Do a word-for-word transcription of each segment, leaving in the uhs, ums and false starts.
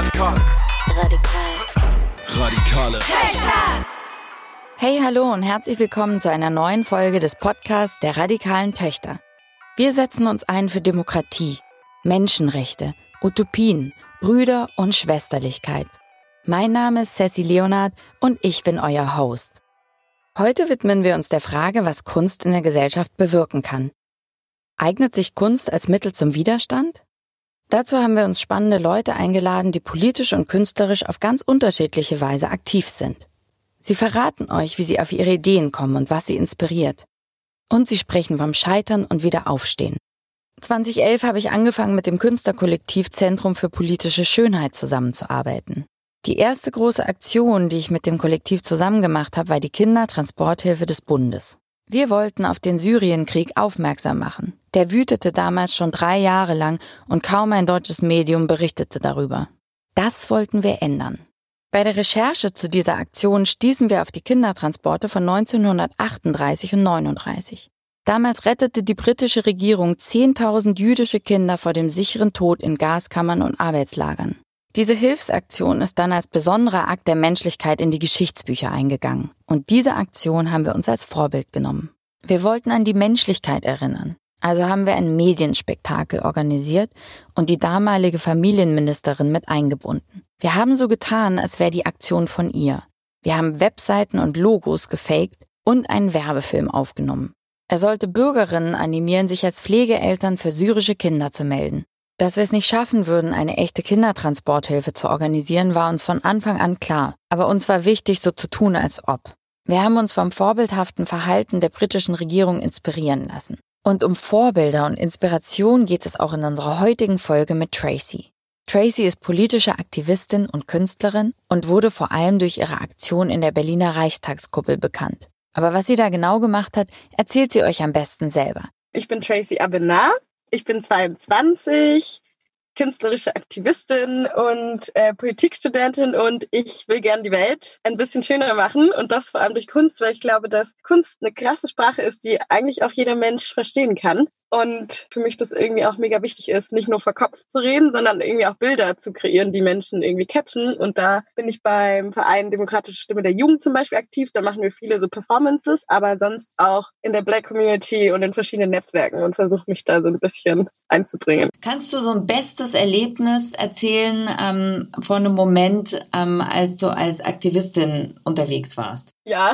Radikal. Radikal. Radikale. Hey, hallo und herzlich willkommen zu einer neuen Folge des Podcasts der radikalen Töchter. Wir setzen uns ein für Demokratie, Menschenrechte, Utopien, Brüder- und Schwesterlichkeit. Mein Name ist Sassy Leonard und ich bin euer Host. Heute widmen wir uns der Frage, was Kunst in der Gesellschaft bewirken kann. Eignet sich Kunst als Mittel zum Widerstand? Dazu haben wir uns spannende Leute eingeladen, die politisch und künstlerisch auf ganz unterschiedliche Weise aktiv sind. Sie verraten euch, wie sie auf ihre Ideen kommen und was sie inspiriert. Und sie sprechen vom Scheitern und Wiederaufstehen. zwanzig elf habe ich angefangen, mit dem Künstlerkollektiv Zentrum für politische Schönheit zusammenzuarbeiten. Die erste große Aktion, die ich mit dem Kollektiv zusammen gemacht habe, war die Kindertransporthilfe des Bundes. Wir wollten auf den Syrienkrieg aufmerksam machen. Der wütete damals schon drei Jahre lang und kaum ein deutsches Medium berichtete darüber. Das wollten wir ändern. Bei der Recherche zu dieser Aktion stießen wir auf die Kindertransporte von neunzehnhundertachtunddreißig und neununddreißig. Damals rettete die britische Regierung zehntausend jüdische Kinder vor dem sicheren Tod in Gaskammern und Arbeitslagern. Diese Hilfsaktion ist dann als besonderer Akt der Menschlichkeit in die Geschichtsbücher eingegangen. Und diese Aktion haben wir uns als Vorbild genommen. Wir wollten an die Menschlichkeit erinnern. Also haben wir ein Medienspektakel organisiert und die damalige Familienministerin mit eingebunden. Wir haben so getan, als wäre die Aktion von ihr. Wir haben Webseiten und Logos gefaked und einen Werbefilm aufgenommen. Er sollte Bürgerinnen animieren, sich als Pflegeeltern für syrische Kinder zu melden. Dass wir es nicht schaffen würden, eine echte Kindertransporthilfe zu organisieren, war uns von Anfang an klar. Aber uns war wichtig, so zu tun, als ob. Wir haben uns vom vorbildhaften Verhalten der britischen Regierung inspirieren lassen. Und um Vorbilder und Inspiration geht es auch in unserer heutigen Folge mit Tracy. Tracy ist politische Aktivistin und Künstlerin und wurde vor allem durch ihre Aktion in der Berliner Reichstagskuppel bekannt. Aber was sie da genau gemacht hat, erzählt sie euch am besten selber. Ich bin Tracy Abenar, ich bin zweiundzwanzig, künstlerische Aktivistin und äh, Politikstudentin und ich will gern die Welt ein bisschen schöner machen und das vor allem durch Kunst, weil ich glaube, dass Kunst eine krasse Sprache ist, die eigentlich auch jeder Mensch verstehen kann. Und für mich das irgendwie auch mega wichtig ist, nicht nur vor Kopf zu reden, sondern irgendwie auch Bilder zu kreieren, die Menschen irgendwie catchen. Und da bin ich beim Verein Demokratische Stimme der Jugend zum Beispiel aktiv. Da machen wir viele so Performances, aber sonst auch in der Black Community und in verschiedenen Netzwerken und versuche mich da so ein bisschen einzubringen. Kannst du so ein bestes Erlebnis erzählen ähm, von einem Moment, ähm, als du als Aktivistin unterwegs warst? Ja,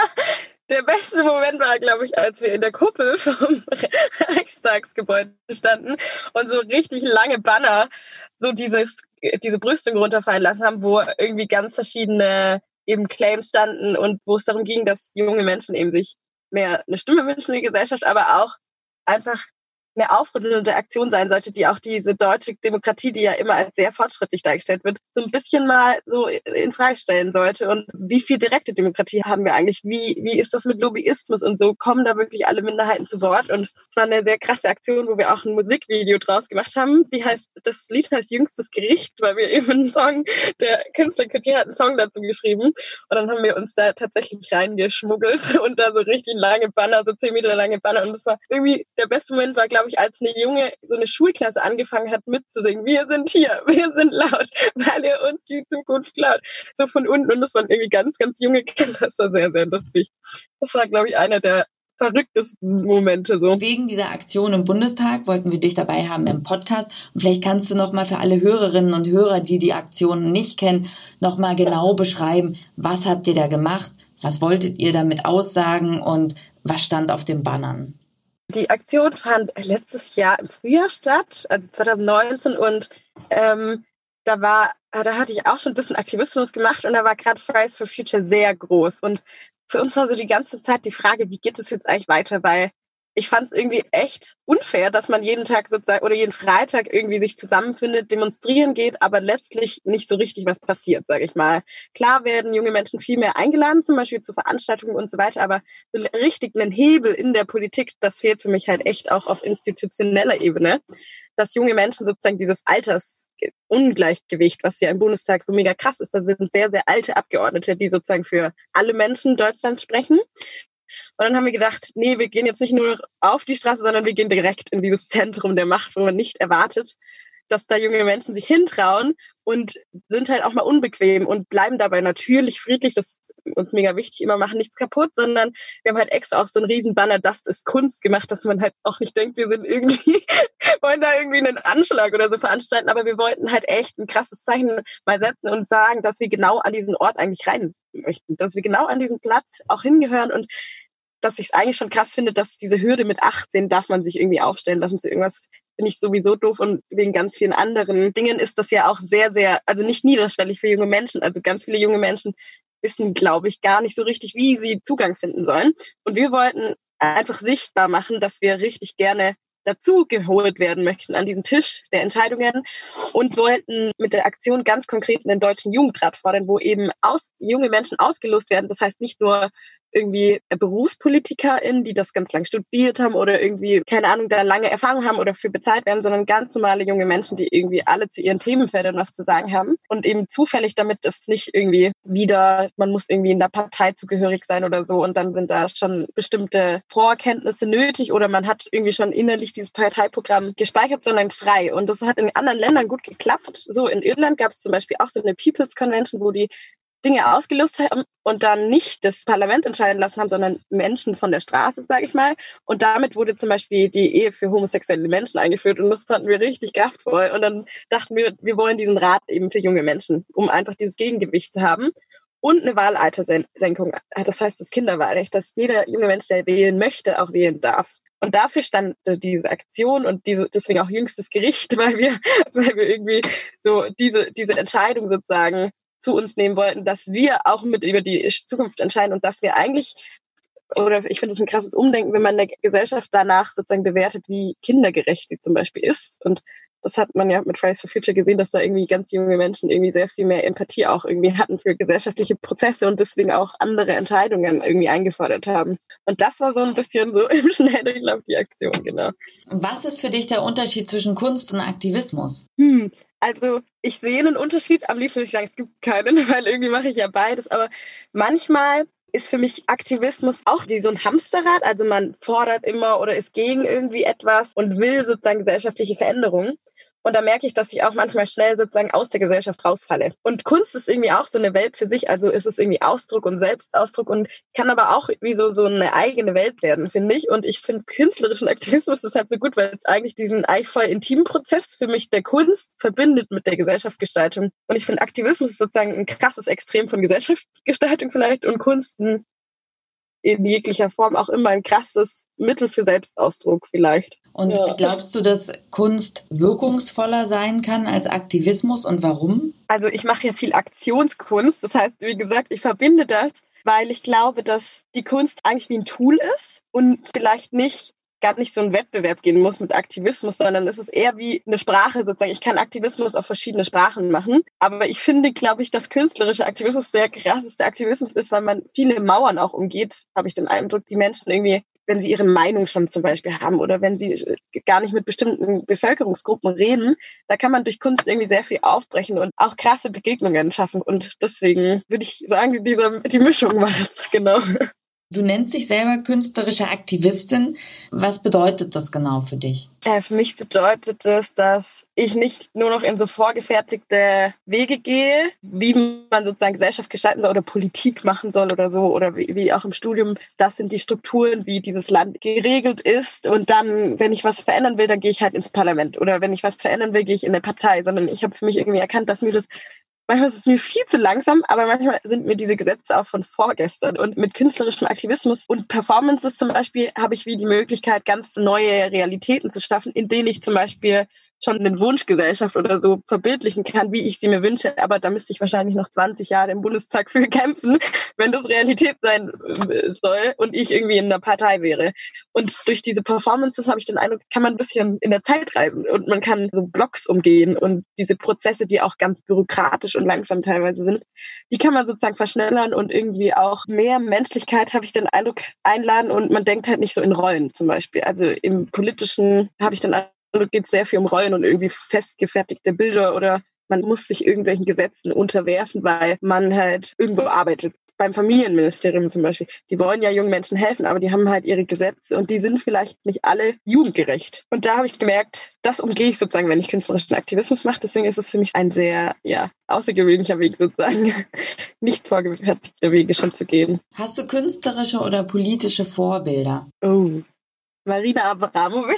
der beste Moment war, glaube ich, als wir in der Kuppel vom Reichstagsgebäude standen und so richtig lange Banner so dieses, diese Brüstung runterfallen lassen haben, wo irgendwie ganz verschiedene eben Claims standen und wo es darum ging, dass junge Menschen eben sich mehr eine Stimme wünschen in der Gesellschaft, aber auch einfach eine aufrüttelnde Aktion sein sollte, die auch diese deutsche Demokratie, die ja immer als sehr fortschrittlich dargestellt wird, so ein bisschen mal so in Frage stellen sollte. Und wie viel direkte Demokratie haben wir eigentlich? Wie wie ist das mit Lobbyismus und so? Kommen da wirklich alle Minderheiten zu Wort? Und es war eine sehr krasse Aktion, wo wir auch ein Musikvideo draus gemacht haben. Die heißt, das Lied heißt Jüngstes Gericht, weil wir eben einen Song, der Künstler Couture hat einen Song dazu geschrieben. Und dann haben wir uns da tatsächlich reingeschmuggelt und da so richtig lange Banner, so zehn Meter lange Banner. Und das war irgendwie, der beste Moment war, glaube ich, als eine Junge, so eine Schulklasse angefangen hat mitzusingen. Wir sind hier, wir sind laut, weil ihr uns die Zukunft klaut. So von unten und das waren irgendwie ganz, ganz junge Kinder. Das war sehr, sehr lustig. Das war, glaube ich, einer der verrücktesten Momente so. Wegen dieser Aktion im Bundestag wollten wir dich dabei haben im Podcast. Und vielleicht kannst du noch mal für alle Hörerinnen und Hörer, die die Aktion nicht kennen, noch mal genau beschreiben, was habt ihr da gemacht, was wolltet ihr damit aussagen und was stand auf den Bannern? Die Aktion fand letztes Jahr im Frühjahr statt, also zwanzig neunzehn und ähm, da war, da hatte ich auch schon ein bisschen Aktivismus gemacht und da war gerade Fridays for Future sehr groß und für uns war so die ganze Zeit die Frage, wie geht es jetzt eigentlich weiter, weil ich fand es irgendwie echt unfair, dass man jeden Tag sozusagen oder jeden Freitag irgendwie sich zusammenfindet, demonstrieren geht, aber letztlich nicht so richtig was passiert, sage ich mal. Klar werden junge Menschen viel mehr eingeladen, zum Beispiel zu Veranstaltungen und so weiter, aber so richtig einen Hebel in der Politik, das fehlt für mich halt echt auch auf institutioneller Ebene, dass junge Menschen sozusagen dieses Altersungleichgewicht, was ja im Bundestag so mega krass ist, da sind sehr, sehr alte Abgeordnete, die sozusagen für alle Menschen Deutschlands sprechen. Und dann haben wir gedacht, nee, wir gehen jetzt nicht nur auf die Straße, sondern wir gehen direkt in dieses Zentrum der Macht, wo man nicht erwartet, dass da junge Menschen sich hintrauen und sind halt auch mal unbequem und bleiben dabei natürlich friedlich. Das ist uns mega wichtig, immer machen nichts kaputt, sondern wir haben halt extra auch so einen riesen Banner, das ist Kunst gemacht, dass man halt auch nicht denkt, wir sind irgendwie, wollen da irgendwie einen Anschlag oder so veranstalten, aber wir wollten halt echt ein krasses Zeichen mal setzen und sagen, dass wir genau an diesen Ort eigentlich rein möchten, dass wir genau an diesen Platz auch hingehören und dass ich es eigentlich schon krass finde, dass diese Hürde mit achtzehn darf man sich irgendwie aufstellen lassen zu irgendwas, finde ich sowieso doof und wegen ganz vielen anderen Dingen ist das ja auch sehr, sehr, also nicht niederschwellig für junge Menschen, also ganz viele junge Menschen wissen, glaube ich, gar nicht so richtig, wie sie Zugang finden sollen und wir wollten einfach sichtbar machen, dass wir richtig gerne dazu geholt werden möchten an diesen Tisch der Entscheidungen und wollten mit der Aktion ganz konkret einen deutschen Jugendrat fordern, wo eben aus, junge Menschen ausgelost werden. Das heißt nicht nur irgendwie BerufspolitikerInnen, die das ganz lang studiert haben oder irgendwie, keine Ahnung, da lange Erfahrung haben oder für bezahlt werden, sondern ganz normale junge Menschen, die irgendwie alle zu ihren Themenfeldern was zu sagen haben und eben zufällig, damit es nicht irgendwie wieder, man muss irgendwie in der Partei zugehörig sein oder so und dann sind da schon bestimmte Vorkenntnisse nötig oder man hat irgendwie schon innerlich dieses Parteiprogramm gespeichert, sondern frei. Und das hat in anderen Ländern gut geklappt. So in Irland gab es zum Beispiel auch so eine People's Convention, wo die Dinge ausgelöst haben und dann nicht das Parlament entscheiden lassen haben, sondern Menschen von der Straße, sage ich mal. Und damit wurde zum Beispiel die Ehe für homosexuelle Menschen eingeführt und das fanden wir richtig kraftvoll. Und dann dachten wir, wir wollen diesen Rat eben für junge Menschen, um einfach dieses Gegengewicht zu haben. Und eine Wahlaltersenkung, das heißt das Kinderwahlrecht, dass jeder junge Mensch, der wählen möchte, auch wählen darf. Und dafür stand diese Aktion und diese, deswegen auch jüngstes Gericht, weil wir, weil wir irgendwie so diese, diese Entscheidung sozusagen zu uns nehmen wollten, dass wir auch mit über die Zukunft entscheiden und dass wir eigentlich, oder ich finde es ein krasses Umdenken, wenn man eine Gesellschaft danach sozusagen bewertet, wie kindergerecht sie zum Beispiel ist. Und das hat man ja mit Fridays for Future gesehen, dass da irgendwie ganz junge Menschen irgendwie sehr viel mehr Empathie auch irgendwie hatten für gesellschaftliche Prozesse und deswegen auch andere Entscheidungen irgendwie eingefordert haben. Und das war so ein bisschen so im Schnelldurchlauf die Aktion, genau. Was ist für dich der Unterschied zwischen Kunst und Aktivismus? Hm, also ich sehe einen Unterschied. Am liebsten würde ich sagen, es gibt keinen, weil irgendwie mache ich ja beides. Aber manchmal ist für mich Aktivismus auch wie so ein Hamsterrad. Also man fordert immer oder ist gegen irgendwie etwas und will sozusagen gesellschaftliche Veränderungen. Und da merke ich, dass ich auch manchmal schnell sozusagen aus der Gesellschaft rausfalle. Und Kunst ist irgendwie auch so eine Welt für sich. Also ist es irgendwie Ausdruck und Selbstausdruck und kann aber auch wie so, so eine eigene Welt werden, finde ich. Und ich finde künstlerischen Aktivismus deshalb so gut, weil es eigentlich diesen eigentlich voll intimen Prozess für mich der Kunst verbindet mit der Gesellschaftsgestaltung. Und ich finde Aktivismus ist sozusagen ein krasses Extrem von Gesellschaftsgestaltung vielleicht und Kunst ein in jeglicher Form auch immer ein krasses Mittel für Selbstausdruck vielleicht. Und ja. Glaubst du, dass Kunst wirkungsvoller sein kann als Aktivismus und warum? Also ich mache ja viel Aktionskunst. Das heißt, wie gesagt, ich verbinde das, weil ich glaube, dass die Kunst eigentlich wie ein Tool ist und vielleicht nicht gar nicht so ein Wettbewerb gehen muss mit Aktivismus, sondern es ist eher wie eine Sprache sozusagen. Ich kann Aktivismus auf verschiedene Sprachen machen, aber ich finde, glaube ich, dass künstlerischer Aktivismus der krasseste Aktivismus ist, weil man viele Mauern auch umgeht, habe ich den Eindruck, die Menschen irgendwie, wenn sie ihre Meinung schon zum Beispiel haben oder wenn sie gar nicht mit bestimmten Bevölkerungsgruppen reden, da kann man durch Kunst irgendwie sehr viel aufbrechen und auch krasse Begegnungen schaffen und deswegen würde ich sagen, diese, die Mischung macht's, genau. Du nennst dich selber künstlerische Aktivistin. Was bedeutet das genau für dich? Äh, für mich bedeutet es, dass ich nicht nur noch in so vorgefertigte Wege gehe, wie man sozusagen Gesellschaft gestalten soll oder Politik machen soll oder so oder wie, wie auch im Studium. Das sind die Strukturen, wie dieses Land geregelt ist und dann, wenn ich was verändern will, dann gehe ich halt ins Parlament oder wenn ich was verändern will, gehe ich in eine Partei, sondern ich habe für mich irgendwie erkannt, dass mir das manchmal ist es mir viel zu langsam, aber manchmal sind mir diese Gesetze auch von vorgestern. Und mit künstlerischem Aktivismus und Performances zum Beispiel habe ich wie die Möglichkeit, ganz neue Realitäten zu schaffen, in denen ich zum Beispiel schon eine Wunschgesellschaft oder so verbildlichen kann, wie ich sie mir wünsche. Aber da müsste ich wahrscheinlich noch zwanzig Jahre im Bundestag für kämpfen, wenn das Realität sein soll und ich irgendwie in einer Partei wäre. Und durch diese Performances habe ich den Eindruck, kann man ein bisschen in der Zeit reisen und man kann so Blocks umgehen und diese Prozesse, die auch ganz bürokratisch und langsam teilweise sind, die kann man sozusagen verschnellern und irgendwie auch mehr Menschlichkeit, habe ich den Eindruck, einladen und man denkt halt nicht so in Rollen zum Beispiel. Also im Politischen habe ich den Eindruck, geht es sehr viel um Rollen und irgendwie festgefertigte Bilder oder man muss sich irgendwelchen Gesetzen unterwerfen, weil man halt irgendwo arbeitet. beim Familienministerium zum Beispiel, die wollen ja jungen Menschen helfen, aber die haben halt ihre Gesetze und die sind vielleicht nicht alle jugendgerecht. Und da habe ich gemerkt, das umgehe ich sozusagen, wenn ich künstlerischen Aktivismus mache. Deswegen ist es für mich ein sehr, ja, außergewöhnlicher Weg sozusagen, nicht vorgefertigter Wege schon zu gehen. Hast du künstlerische oder politische Vorbilder? Oh, Marina Abramovic.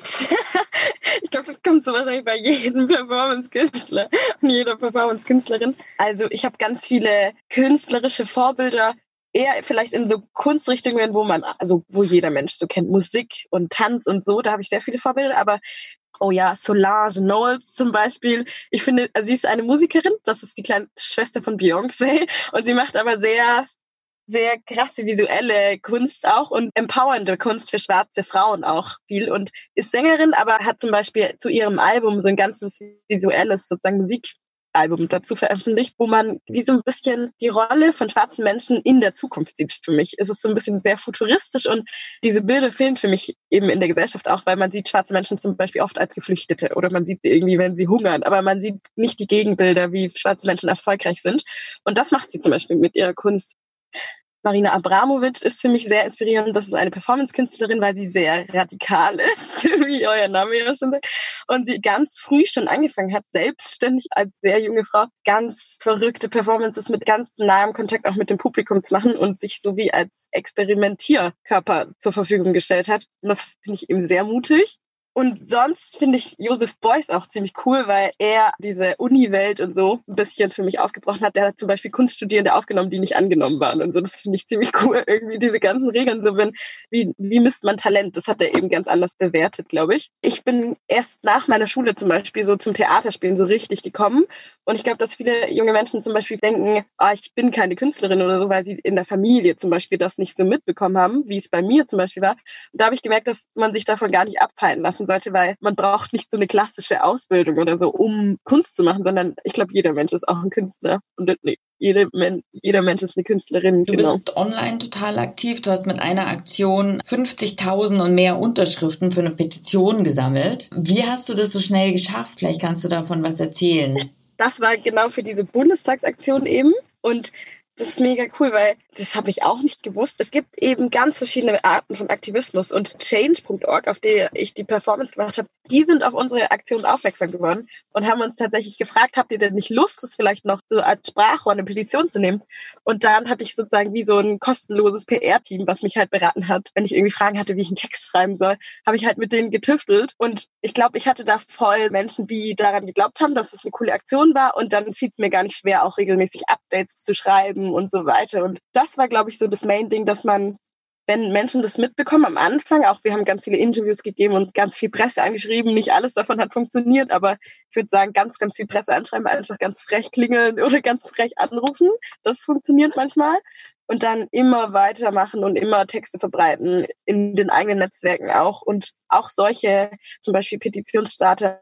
Ich glaube, das kommt so wahrscheinlich bei jedem Performance-Künstler und jeder Performance-Künstlerin. Also ich habe ganz viele künstlerische Vorbilder, eher vielleicht in so Kunstrichtungen, wo man, also wo jeder Mensch so kennt, Musik und Tanz und so, da habe ich sehr viele Vorbilder, aber oh ja, Solange Knowles zum Beispiel. Ich finde, also sie ist eine Musikerin, das ist die kleine Schwester von Beyoncé und sie macht aber sehr sehr krasse visuelle Kunst auch und empowernde Kunst für schwarze Frauen auch viel und ist Sängerin, aber hat zum Beispiel zu ihrem Album so ein ganzes visuelles sozusagen Musikalbum dazu veröffentlicht, wo man wie so ein bisschen die Rolle von schwarzen Menschen in der Zukunft sieht für mich. Es ist so ein bisschen sehr futuristisch und diese Bilder fehlen für mich eben in der Gesellschaft auch, weil man sieht schwarze Menschen zum Beispiel oft als Geflüchtete oder man sieht sie irgendwie, wenn sie hungern, aber man sieht nicht die Gegenbilder, wie schwarze Menschen erfolgreich sind und das macht sie zum Beispiel mit ihrer Kunst. Marina Abramovic ist für mich sehr inspirierend. Das ist eine Performance-Künstlerin, weil sie sehr radikal ist, wie euer Name ja schon sagt. Und sie ganz früh schon angefangen hat, selbstständig als sehr junge Frau ganz verrückte Performances mit ganz nahem Kontakt auch mit dem Publikum zu machen und sich so wie als Experimentierkörper zur Verfügung gestellt hat. Und das finde ich eben sehr mutig. Und sonst finde ich Joseph Beuys auch ziemlich cool, weil er diese Uni-Welt und so ein bisschen für mich aufgebrochen hat. Der hat zum Beispiel Kunststudierende aufgenommen, die nicht angenommen waren und so. Das finde ich ziemlich cool, irgendwie diese ganzen Regeln so, wenn, wie, wie misst man Talent? Das hat er eben ganz anders bewertet, glaube ich. Ich bin erst nach meiner Schule zum Beispiel so zum Theaterspielen so richtig gekommen. Und ich glaube, dass viele junge Menschen zum Beispiel denken, ah, ich bin keine Künstlerin oder so, weil sie in der Familie zum Beispiel das nicht so mitbekommen haben, wie es bei mir zum Beispiel war. Und da habe ich gemerkt, dass man sich davon gar nicht abhalten lassen sollte, weil man braucht nicht so eine klassische Ausbildung oder so, um Kunst zu machen, sondern ich glaube, jeder Mensch ist auch ein Künstler und nee, jede Men- jeder Mensch ist eine Künstlerin. Du genau. bist online total aktiv. Du hast mit einer Aktion fünfzigtausend und mehr Unterschriften für eine Petition gesammelt. Wie hast du das so schnell geschafft? Vielleicht kannst du davon was erzählen. Das war genau für diese Bundestagsaktion eben und das ist mega cool, weil das habe ich auch nicht gewusst. Es gibt eben ganz verschiedene Arten von Aktivismus und Change Punkt org, auf der ich die Performance gemacht habe, die sind auf unsere Aktion aufmerksam geworden und haben uns tatsächlich gefragt, habt ihr denn nicht Lust, das vielleicht noch so als Sprachrohr eine Petition zu nehmen? Und dann hatte ich sozusagen wie so ein kostenloses P R-Team, was mich halt beraten hat. Wenn ich irgendwie Fragen hatte, wie ich einen Text schreiben soll, habe ich halt mit denen getüftelt. Und ich glaube, ich hatte da voll Menschen, die daran geglaubt haben, dass es eine coole Aktion war. Und dann fiel es mir gar nicht schwer, auch regelmäßig Updates zu schreiben und so weiter. Und das war, glaube ich, so das Main-Ding, dass man, wenn Menschen das mitbekommen am Anfang, auch wir haben ganz viele Interviews gegeben und ganz viel Presse angeschrieben, nicht alles davon hat funktioniert, aber ich würde sagen, ganz, ganz viel Presse anschreiben, einfach ganz frech klingeln oder ganz frech anrufen, das funktioniert manchmal. Und dann immer weitermachen und immer Texte verbreiten in den eigenen Netzwerken auch und auch solche, zum Beispiel Petitionsstarter,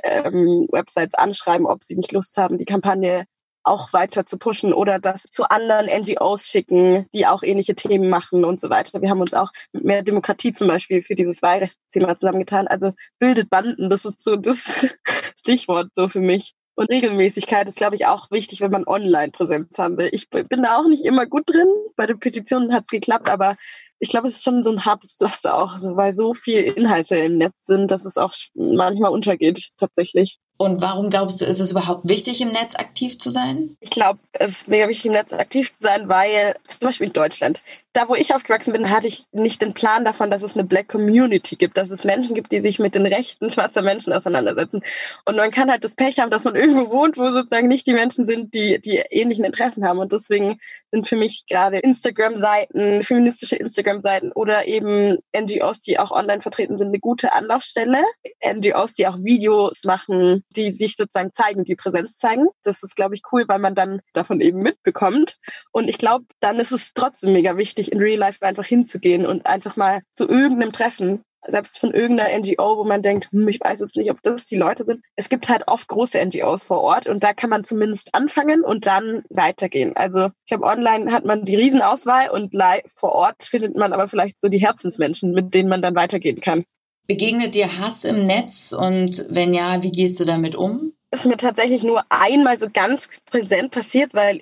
ähm, Websites anschreiben, ob sie nicht Lust haben, die Kampagne auch weiter zu pushen oder das zu anderen N G Os schicken, die auch ähnliche Themen machen und so weiter. Wir haben uns auch mit Mehr Demokratie zum Beispiel für dieses Wahlrechtsthema zusammengetan. Also bildet Banden, das ist so das Stichwort so für mich. Und Regelmäßigkeit ist, glaube ich, auch wichtig, wenn man Online-Präsenz haben will. Ich bin da auch nicht immer gut drin. Bei den Petitionen hat es geklappt, aber ich glaube, es ist schon so ein hartes Pflaster auch, weil so viele Inhalte im Netz sind, dass es auch manchmal untergeht tatsächlich. Und warum glaubst du, ist es überhaupt wichtig, im Netz aktiv zu sein? Ich glaube, es ist mega wichtig, im Netz aktiv zu sein, weil zum Beispiel in Deutschland, da wo ich aufgewachsen bin, hatte ich nicht den Plan davon, dass es eine Black Community gibt, dass es Menschen gibt, die sich mit den Rechten schwarzer Menschen auseinandersetzen. Und man kann halt das Pech haben, dass man irgendwo wohnt, wo sozusagen nicht die Menschen sind, die die ähnlichen Interessen haben. Und deswegen sind für mich gerade Instagram-Seiten, feministische Instagram-Seiten oder eben N G Os, die auch online vertreten sind, eine gute Anlaufstelle. N G Os, die auch Videos machen, die sich sozusagen zeigen, die Präsenz zeigen. Das ist, glaube ich, cool, weil man dann davon eben mitbekommt. Und ich glaube, dann ist es trotzdem mega wichtig, in Real Life einfach hinzugehen und einfach mal zu irgendeinem Treffen, selbst von irgendeiner N G O, wo man denkt, hm, ich weiß jetzt nicht, ob das die Leute sind. Es gibt halt oft große N G Os vor Ort und da kann man zumindest anfangen und dann weitergehen. Also ich glaube, online hat man die Riesenauswahl und live vor Ort findet man aber vielleicht so die Herzensmenschen, mit denen man dann weitergehen kann. Begegnet dir Hass im Netz und wenn ja, wie gehst du damit um? Ist mir tatsächlich nur einmal so ganz präsent passiert, weil ich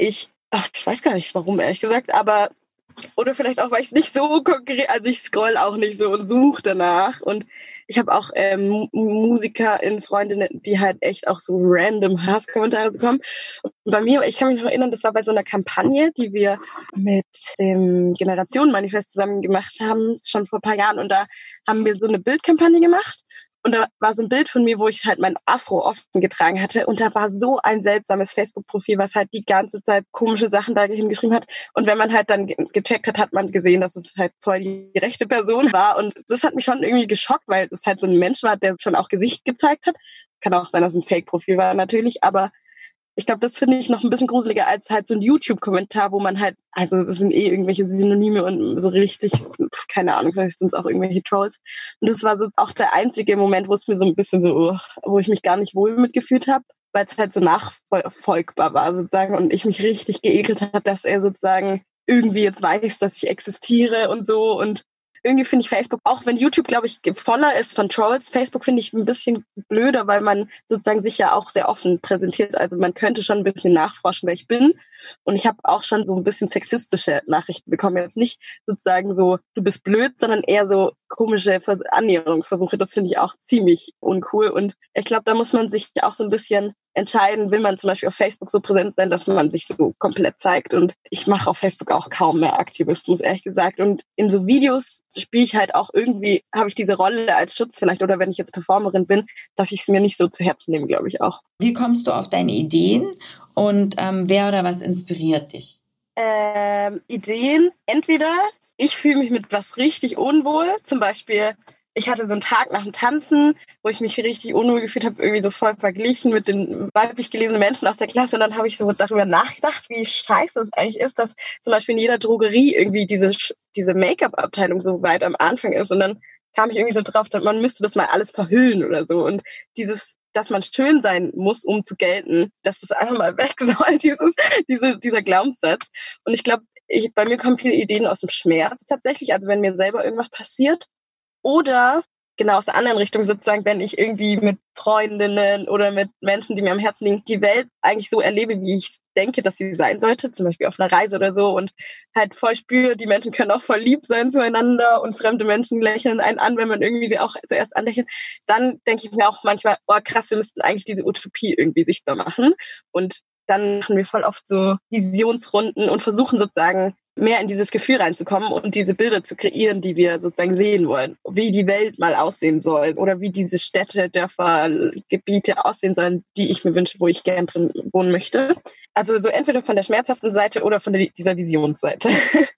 Ach, ich weiß gar nicht, warum, ehrlich gesagt, aber oder vielleicht auch, weil ich es nicht so konkret, also ich scroll auch nicht so und suche danach. Und ich habe auch ähm, MusikerInnen, Freundinnen, die halt echt auch so random Hasskommentare bekommen. Und bei mir, ich kann mich noch erinnern, das war bei so einer Kampagne, die wir mit dem Generationenmanifest zusammen gemacht haben, schon vor ein paar Jahren. Und da haben wir so eine Bildkampagne gemacht. Und da war so ein Bild von mir, wo ich halt mein Afro offen getragen hatte. Und da war so ein seltsames Facebook-Profil, was halt die ganze Zeit komische Sachen da hingeschrieben hat. Und wenn man halt dann gecheckt hat, hat man gesehen, dass es halt voll die rechte Person war. Und das hat mich schon irgendwie geschockt, weil es halt so ein Mensch war, der schon auch Gesicht gezeigt hat. Kann auch sein, dass es ein Fake-Profil war natürlich, aber ich glaube, das finde ich noch ein bisschen gruseliger als halt so ein YouTube-Kommentar, wo man halt, also das sind eh irgendwelche Synonyme und so richtig, keine Ahnung, vielleicht sind es auch irgendwelche Trolls. Und das war so auch der einzige Moment, wo es mir so ein bisschen so, wo ich mich gar nicht wohl mitgefühlt habe, weil es halt so nachfolgbar war sozusagen und ich mich richtig geekelt habe, dass er sozusagen irgendwie jetzt weiß, dass ich existiere und so. Und irgendwie finde ich Facebook, auch wenn YouTube, glaube ich, voller ist von Trolls, Facebook finde ich ein bisschen blöder, weil man sozusagen sich ja auch sehr offen präsentiert. Also man könnte schon ein bisschen nachforschen, wer ich bin. Und ich habe auch schon so ein bisschen sexistische Nachrichten bekommen. Jetzt nicht sozusagen so, du bist blöd, sondern eher so komische Annäherungsversuche. Das finde ich auch ziemlich uncool. Und ich glaube, da muss man sich auch so ein bisschen entscheiden, will man zum Beispiel auf Facebook so präsent sein, dass man sich so komplett zeigt. Und ich mache auf Facebook auch kaum mehr Aktivismus, ehrlich gesagt. Und in so Videos spiele ich halt auch irgendwie, habe ich diese Rolle als Schutz vielleicht, oder wenn ich jetzt Performerin bin, dass ich es mir nicht so zu Herzen nehme, glaube ich auch. Wie kommst du auf deine Ideen und ähm, wer oder was inspiriert dich? Ähm, Ideen, entweder ich fühle mich mit was richtig unwohl, zum Beispiel ich hatte so einen Tag nach dem Tanzen, wo ich mich richtig unwohl gefühlt habe, irgendwie so voll verglichen mit den weiblich gelesenen Menschen aus der Klasse. Und dann habe ich so darüber nachgedacht, wie scheiße es eigentlich ist, dass zum Beispiel in jeder Drogerie irgendwie diese, diese Make-up-Abteilung so weit am Anfang ist. Und dann kam ich irgendwie so drauf, dass man müsste das mal alles verhüllen oder so. Und dieses, dass man schön sein muss, um zu gelten, dass das einfach mal weg soll, dieses, diese, dieser Glaubenssatz. Und ich glaube, ich, bei mir kommen viele Ideen aus dem Schmerz tatsächlich. Also wenn mir selber irgendwas passiert, oder genau aus der anderen Richtung sozusagen, wenn ich irgendwie mit Freundinnen oder mit Menschen, die mir am Herzen liegen, die Welt eigentlich so erlebe, wie ich denke, dass sie sein sollte, zum Beispiel auf einer Reise oder so, und halt voll spüre, die Menschen können auch voll lieb sein zueinander und fremde Menschen lächeln einen an, wenn man irgendwie sie auch zuerst anlächelt, dann denke ich mir auch manchmal, oh krass, wir müssten eigentlich diese Utopie irgendwie sichtbar machen. Und dann machen wir voll oft so Visionsrunden und versuchen sozusagen mehr in dieses Gefühl reinzukommen und diese Bilder zu kreieren, die wir sozusagen sehen wollen. Wie die Welt mal aussehen soll oder wie diese Städte, Dörfer, Gebiete aussehen sollen, die ich mir wünsche, wo ich gern drin wohnen möchte. Also so entweder von der schmerzhaften Seite oder von der, dieser Visionsseite.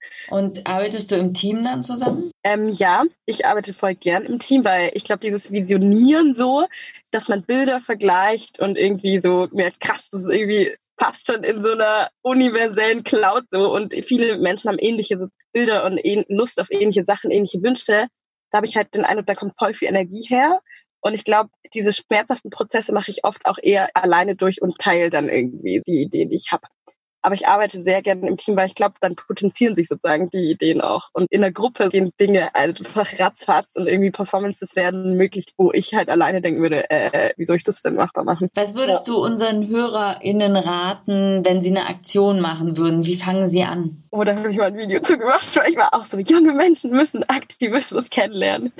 Und arbeitest du im Team dann zusammen? Ähm, ja, ich arbeite voll gern im Team, weil ich glaube, dieses Visionieren so, dass man Bilder vergleicht und irgendwie so merkt, krass, das ist irgendwie passt schon in so einer universellen Cloud so, und viele Menschen haben ähnliche so Bilder und Lust auf ähnliche Sachen, ähnliche Wünsche. Da habe ich halt den Eindruck, da kommt voll viel Energie her. Und ich glaube, diese schmerzhaften Prozesse mache ich oft auch eher alleine durch und teile dann irgendwie die Ideen, die ich habe. Aber ich arbeite sehr gerne im Team, weil ich glaube, dann potenzieren sich sozusagen die Ideen auch. Und in der Gruppe gehen Dinge einfach ratzfatz und irgendwie Performances werden möglich, wo ich halt alleine denken würde, äh, wie soll ich das denn machbar machen? Was würdest ja. du unseren HörerInnen raten, wenn sie eine Aktion machen würden? Wie fangen sie an? Oh, da habe ich mal ein Video zu gemacht, weil ich war auch so, junge Menschen müssen Aktivismus kennenlernen.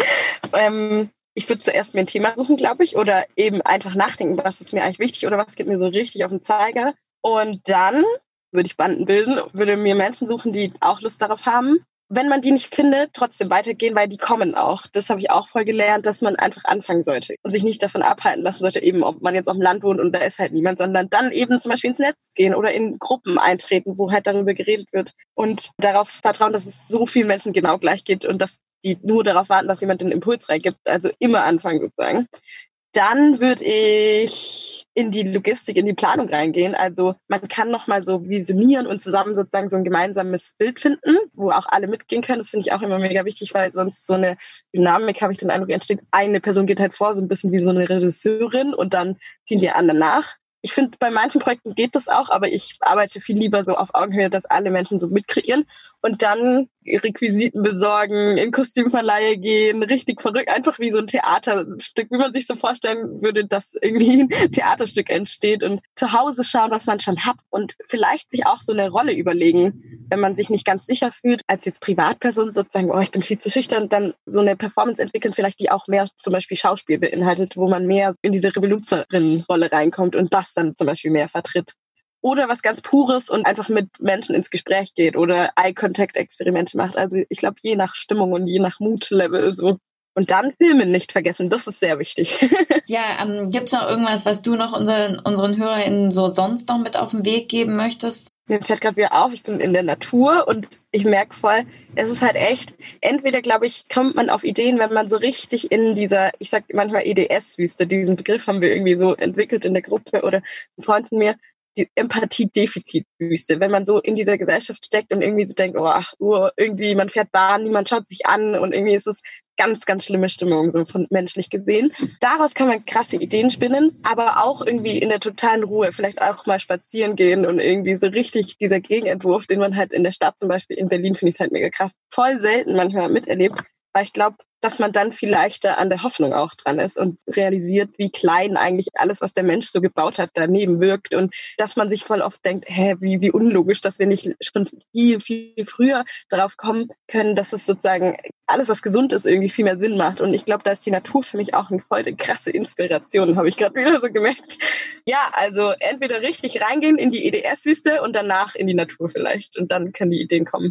ähm, Ich würde zuerst mir ein Thema suchen, glaube ich, oder eben einfach nachdenken, was ist mir eigentlich wichtig oder was geht mir so richtig auf den Zeiger. Und dann würde ich Banden bilden, würde mir Menschen suchen, die auch Lust darauf haben. Wenn man die nicht findet, trotzdem weitergehen, weil die kommen auch. Das habe ich auch voll gelernt, dass man einfach anfangen sollte und sich nicht davon abhalten lassen sollte, eben ob man jetzt auf dem Land wohnt und da ist halt niemand, sondern dann eben zum Beispiel ins Netz gehen oder in Gruppen eintreten, wo halt darüber geredet wird und darauf vertrauen, dass es so vielen Menschen genau gleich geht und dass die nur darauf warten, dass jemand den Impuls reingibt. Also immer anfangen sozusagen. Dann würde ich in die Logistik, in die Planung reingehen. Also man kann nochmal so visionieren und zusammen sozusagen so ein gemeinsames Bild finden, wo auch alle mitgehen können. Das finde ich auch immer mega wichtig, weil sonst so eine Dynamik, habe ich den Eindruck, entsteht. Eine Person geht halt vor, so ein bisschen wie so eine Regisseurin, und dann ziehen die anderen nach. ich finde, bei manchen Projekten geht das auch, aber ich arbeite viel lieber so auf Augenhöhe, dass alle Menschen so mitkreieren und dann Requisiten besorgen, in Kostümverleihe gehen, richtig verrückt, einfach wie so ein Theaterstück, wie man sich so vorstellen würde, dass irgendwie ein Theaterstück entsteht und zu Hause schauen, was man schon hat und vielleicht sich auch so eine Rolle überlegen, wenn man sich nicht ganz sicher fühlt, als jetzt Privatperson sozusagen, oh, ich bin viel zu schüchtern, dann so eine Performance entwickeln, vielleicht die auch mehr zum Beispiel Schauspiel beinhaltet, wo man mehr in diese Revoluzerin-Rolle reinkommt und das dann zum Beispiel mehr vertritt. Oder was ganz Pures und einfach mit Menschen ins Gespräch geht oder Eye-Contact-Experimente macht. Also ich glaube, je nach Stimmung und je nach Mood-Level so. Und dann Filme nicht vergessen, das ist sehr wichtig. Ja, ähm, gibt's noch irgendwas, was du noch unseren, unseren HörerInnen so sonst noch mit auf den Weg geben möchtest? Mir fällt gerade wieder auf, ich bin in der Natur und ich merke voll, es ist halt echt, entweder, glaube ich, kommt man auf Ideen, wenn man so richtig in dieser, ich sag manchmal E D S-Wüste, diesen Begriff haben wir irgendwie so entwickelt in der Gruppe oder ein Freund von mir, die Empathie-Defizit-Wüste, wenn man so in dieser Gesellschaft steckt und irgendwie so denkt, oh, ach, oh, irgendwie man fährt Bahn, niemand schaut sich an und irgendwie ist es ganz, ganz schlimme Stimmung, so von menschlich gesehen. Daraus kann man krasse Ideen spinnen, aber auch irgendwie in der totalen Ruhe, vielleicht auch mal spazieren gehen und irgendwie so richtig dieser Gegenentwurf, den man halt in der Stadt zum Beispiel, in Berlin finde ich es halt mega krass, voll selten manchmal miterlebt, weil ich glaube, dass man dann viel leichter an der Hoffnung auch dran ist und realisiert, wie klein eigentlich alles, was der Mensch so gebaut hat, daneben wirkt und dass man sich voll oft denkt, hä, wie, wie unlogisch, dass wir nicht schon viel, viel früher darauf kommen können, dass es sozusagen alles, was gesund ist, irgendwie viel mehr Sinn macht. Und ich glaube, da ist die Natur für mich auch eine voll eine krasse Inspiration, habe ich gerade wieder so gemerkt. Ja, also entweder richtig reingehen in die E D S-Wüste und danach in die Natur vielleicht und dann können die Ideen kommen.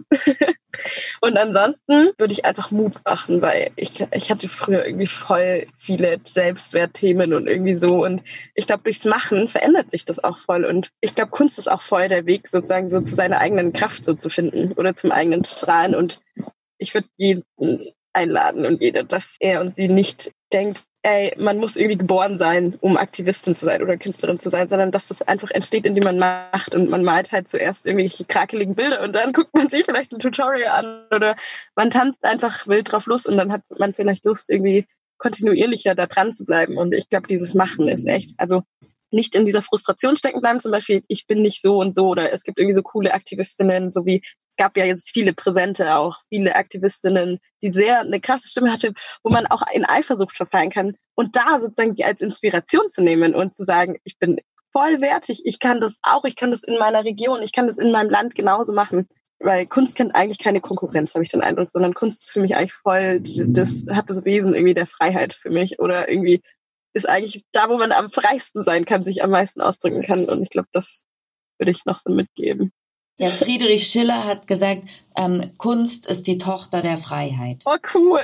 Und ansonsten würde ich einfach Mut machen, weil ich, ich hatte früher irgendwie voll viele Selbstwertthemen und irgendwie so. Und ich glaube, durchs Machen verändert sich das auch voll. Und ich glaube, Kunst ist auch voll der Weg, sozusagen so zu seiner eigenen Kraft so zu finden oder zum eigenen Strahlen. Und ich würde jeden einladen und jede, dass er und sie nicht denkt, ey, man muss irgendwie geboren sein, um Aktivistin zu sein oder Künstlerin zu sein, sondern dass das einfach entsteht, indem man macht und man malt halt zuerst irgendwelche krakeligen Bilder und dann guckt man sich vielleicht ein Tutorial an oder man tanzt einfach wild drauf los und dann hat man vielleicht Lust, irgendwie kontinuierlicher da dran zu bleiben. Und ich glaube, dieses Machen ist echt, also nicht in dieser Frustration stecken bleiben, zum Beispiel, ich bin nicht so und so oder es gibt irgendwie so coole Aktivistinnen, so wie es gab ja jetzt viele Präsente auch, viele Aktivistinnen, die sehr eine krasse Stimme hatte, wo man auch in Eifersucht verfallen kann und da sozusagen die als Inspiration zu nehmen und zu sagen, ich bin vollwertig, ich kann das auch, ich kann das in meiner Region, ich kann das in meinem Land genauso machen. Weil Kunst kennt eigentlich keine Konkurrenz, habe ich den Eindruck, sondern Kunst ist für mich eigentlich voll, das hat das Wesen irgendwie der Freiheit für mich oder irgendwie ist eigentlich da, wo man am freisten sein kann, sich am meisten ausdrücken kann. Und ich glaube, das würde ich noch so mitgeben. Ja, Friedrich Schiller hat gesagt, ähm, Kunst ist die Tochter der Freiheit. Oh, cool.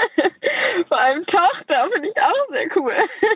Vor allem Tochter finde ich auch sehr cool.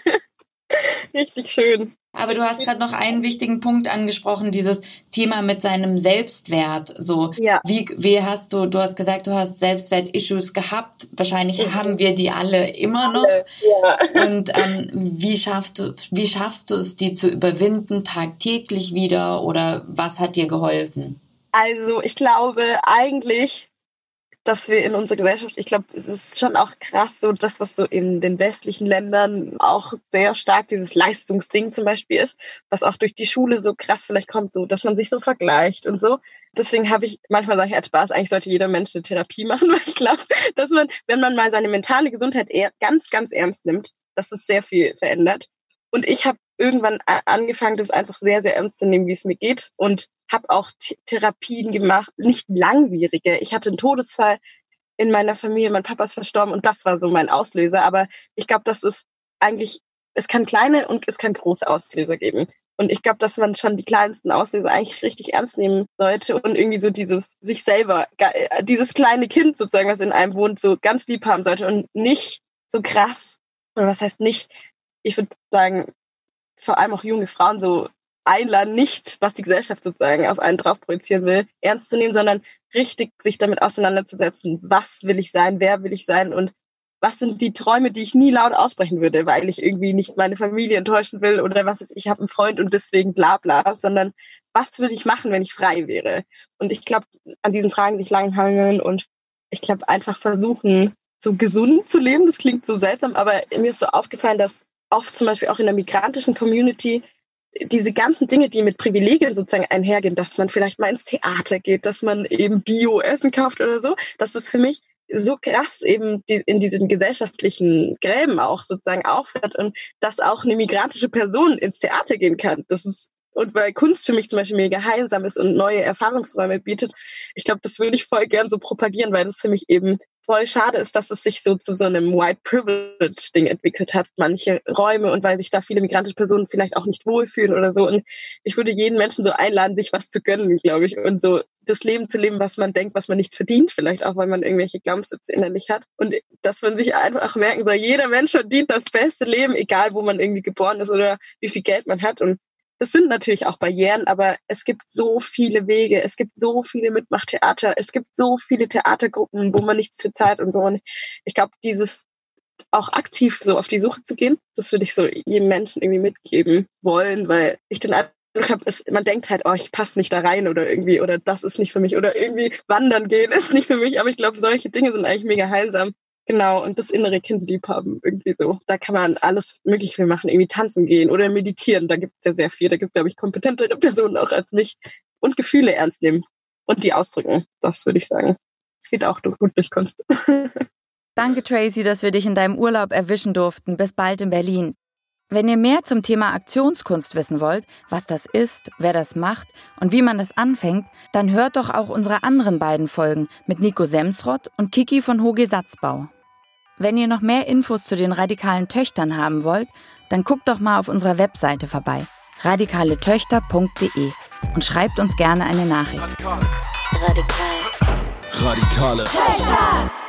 Richtig schön. Aber du hast gerade noch einen wichtigen Punkt angesprochen, dieses Thema mit seinem Selbstwert. So, ja. wie, wie hast du, du hast gesagt, du hast Selbstwert-Issues gehabt. Wahrscheinlich mhm. haben wir die alle immer noch. Ja. Und ähm, wie schaffst du, wie schaffst du es, die zu überwinden, tagtäglich wieder? Oder was hat dir geholfen? Also ich glaube eigentlich, dass wir in unserer Gesellschaft, ich glaube, es ist schon auch krass, so das, was so in den westlichen Ländern auch sehr stark dieses Leistungsding zum Beispiel ist, was auch durch die Schule so krass vielleicht kommt, so, dass man sich so vergleicht und so. Deswegen habe ich, manchmal sage ich als Spaß, eigentlich sollte jeder Mensch eine Therapie machen, weil ich glaube, dass man, wenn man mal seine mentale Gesundheit eher ganz, ganz ernst nimmt, dass es sehr viel verändert. Und ich habe irgendwann angefangen, das einfach sehr, sehr ernst zu nehmen, wie es mir geht und habe auch T- Therapien gemacht, nicht langwierige. Ich hatte einen Todesfall in meiner Familie, mein Papa ist verstorben und das war so mein Auslöser. Aber ich glaube, das ist eigentlich, es kann kleine und es kann große Auslöser geben. Und ich glaube, dass man schon die kleinsten Auslöser eigentlich richtig ernst nehmen sollte und irgendwie so dieses sich selber, dieses kleine Kind sozusagen, was in einem wohnt, so ganz lieb haben sollte und nicht so krass, oder was heißt nicht, ich würde sagen, vor allem auch junge Frauen so einladen, nicht, was die Gesellschaft sozusagen auf einen drauf projizieren will, ernst zu nehmen, sondern richtig sich damit auseinanderzusetzen, was will ich sein, wer will ich sein und was sind die Träume, die ich nie laut aussprechen würde, weil ich irgendwie nicht meine Familie enttäuschen will oder was ist, ich habe einen Freund und deswegen bla bla, sondern was würde ich machen, wenn ich frei wäre? Und ich glaube, an diesen Fragen sich langhangeln und ich glaube, einfach versuchen, so gesund zu leben, das klingt so seltsam, aber mir ist so aufgefallen, dass oft zum Beispiel auch in der migrantischen Community diese ganzen Dinge, die mit Privilegien sozusagen einhergehen, dass man vielleicht mal ins Theater geht, dass man eben Bio-Essen kauft oder so, das ist für mich so krass eben die, in diesen gesellschaftlichen Gräben auch sozusagen aufhört und dass auch eine migrantische Person ins Theater gehen kann. Das ist, und weil Kunst für mich zum Beispiel mega heilsam ist und neue Erfahrungsräume bietet, ich glaube, das würde ich voll gern so propagieren, weil das für mich eben voll schade ist, dass es sich so zu so einem White Privilege Ding entwickelt hat, manche Räume, und weil sich da viele migrantische Personen vielleicht auch nicht wohlfühlen oder so. Und ich würde jeden Menschen so einladen, sich was zu gönnen, glaube ich, und so das Leben zu leben, was man denkt, was man nicht verdient, vielleicht auch, weil man irgendwelche Glaubenssätze innerlich hat. Und dass man sich einfach merken soll, jeder Mensch verdient das beste Leben, egal wo man irgendwie geboren ist oder wie viel Geld man hat. Und das sind natürlich auch Barrieren, aber es gibt so viele Wege, es gibt so viele Mitmachtheater, es gibt so viele Theatergruppen, wo man nichts für zahlt und so. Und ich glaube, dieses auch aktiv so auf die Suche zu gehen, das würde ich so jedem Menschen irgendwie mitgeben wollen, weil ich den Eindruck habe, man denkt halt, oh, ich passe nicht da rein oder irgendwie, oder das ist nicht für mich oder irgendwie wandern gehen ist nicht für mich, aber ich glaube, solche Dinge sind eigentlich mega heilsam. Genau, und das innere Kind lieb haben, irgendwie so. Da kann man alles Mögliche für machen, irgendwie tanzen gehen oder meditieren. Da gibt es ja sehr viel. Da gibt es, glaube ich, kompetentere Personen auch als mich. Und Gefühle ernst nehmen und die ausdrücken. Das würde ich sagen. Es geht auch gut durch Kunst. Danke, Tracy, dass wir dich in deinem Urlaub erwischen durften. Bis bald in Berlin. Wenn ihr mehr zum Thema Aktionskunst wissen wollt, was das ist, wer das macht und wie man das anfängt, dann hört doch auch unsere anderen beiden Folgen mit Nico Semsrott und Kiki von Hoge Satzbau. Wenn ihr noch mehr Infos zu den radikalen Töchtern haben wollt, dann guckt doch mal auf unserer Webseite vorbei, radikale töchter punkt de, und schreibt uns gerne eine Nachricht. Radikal. Radikale Töchter.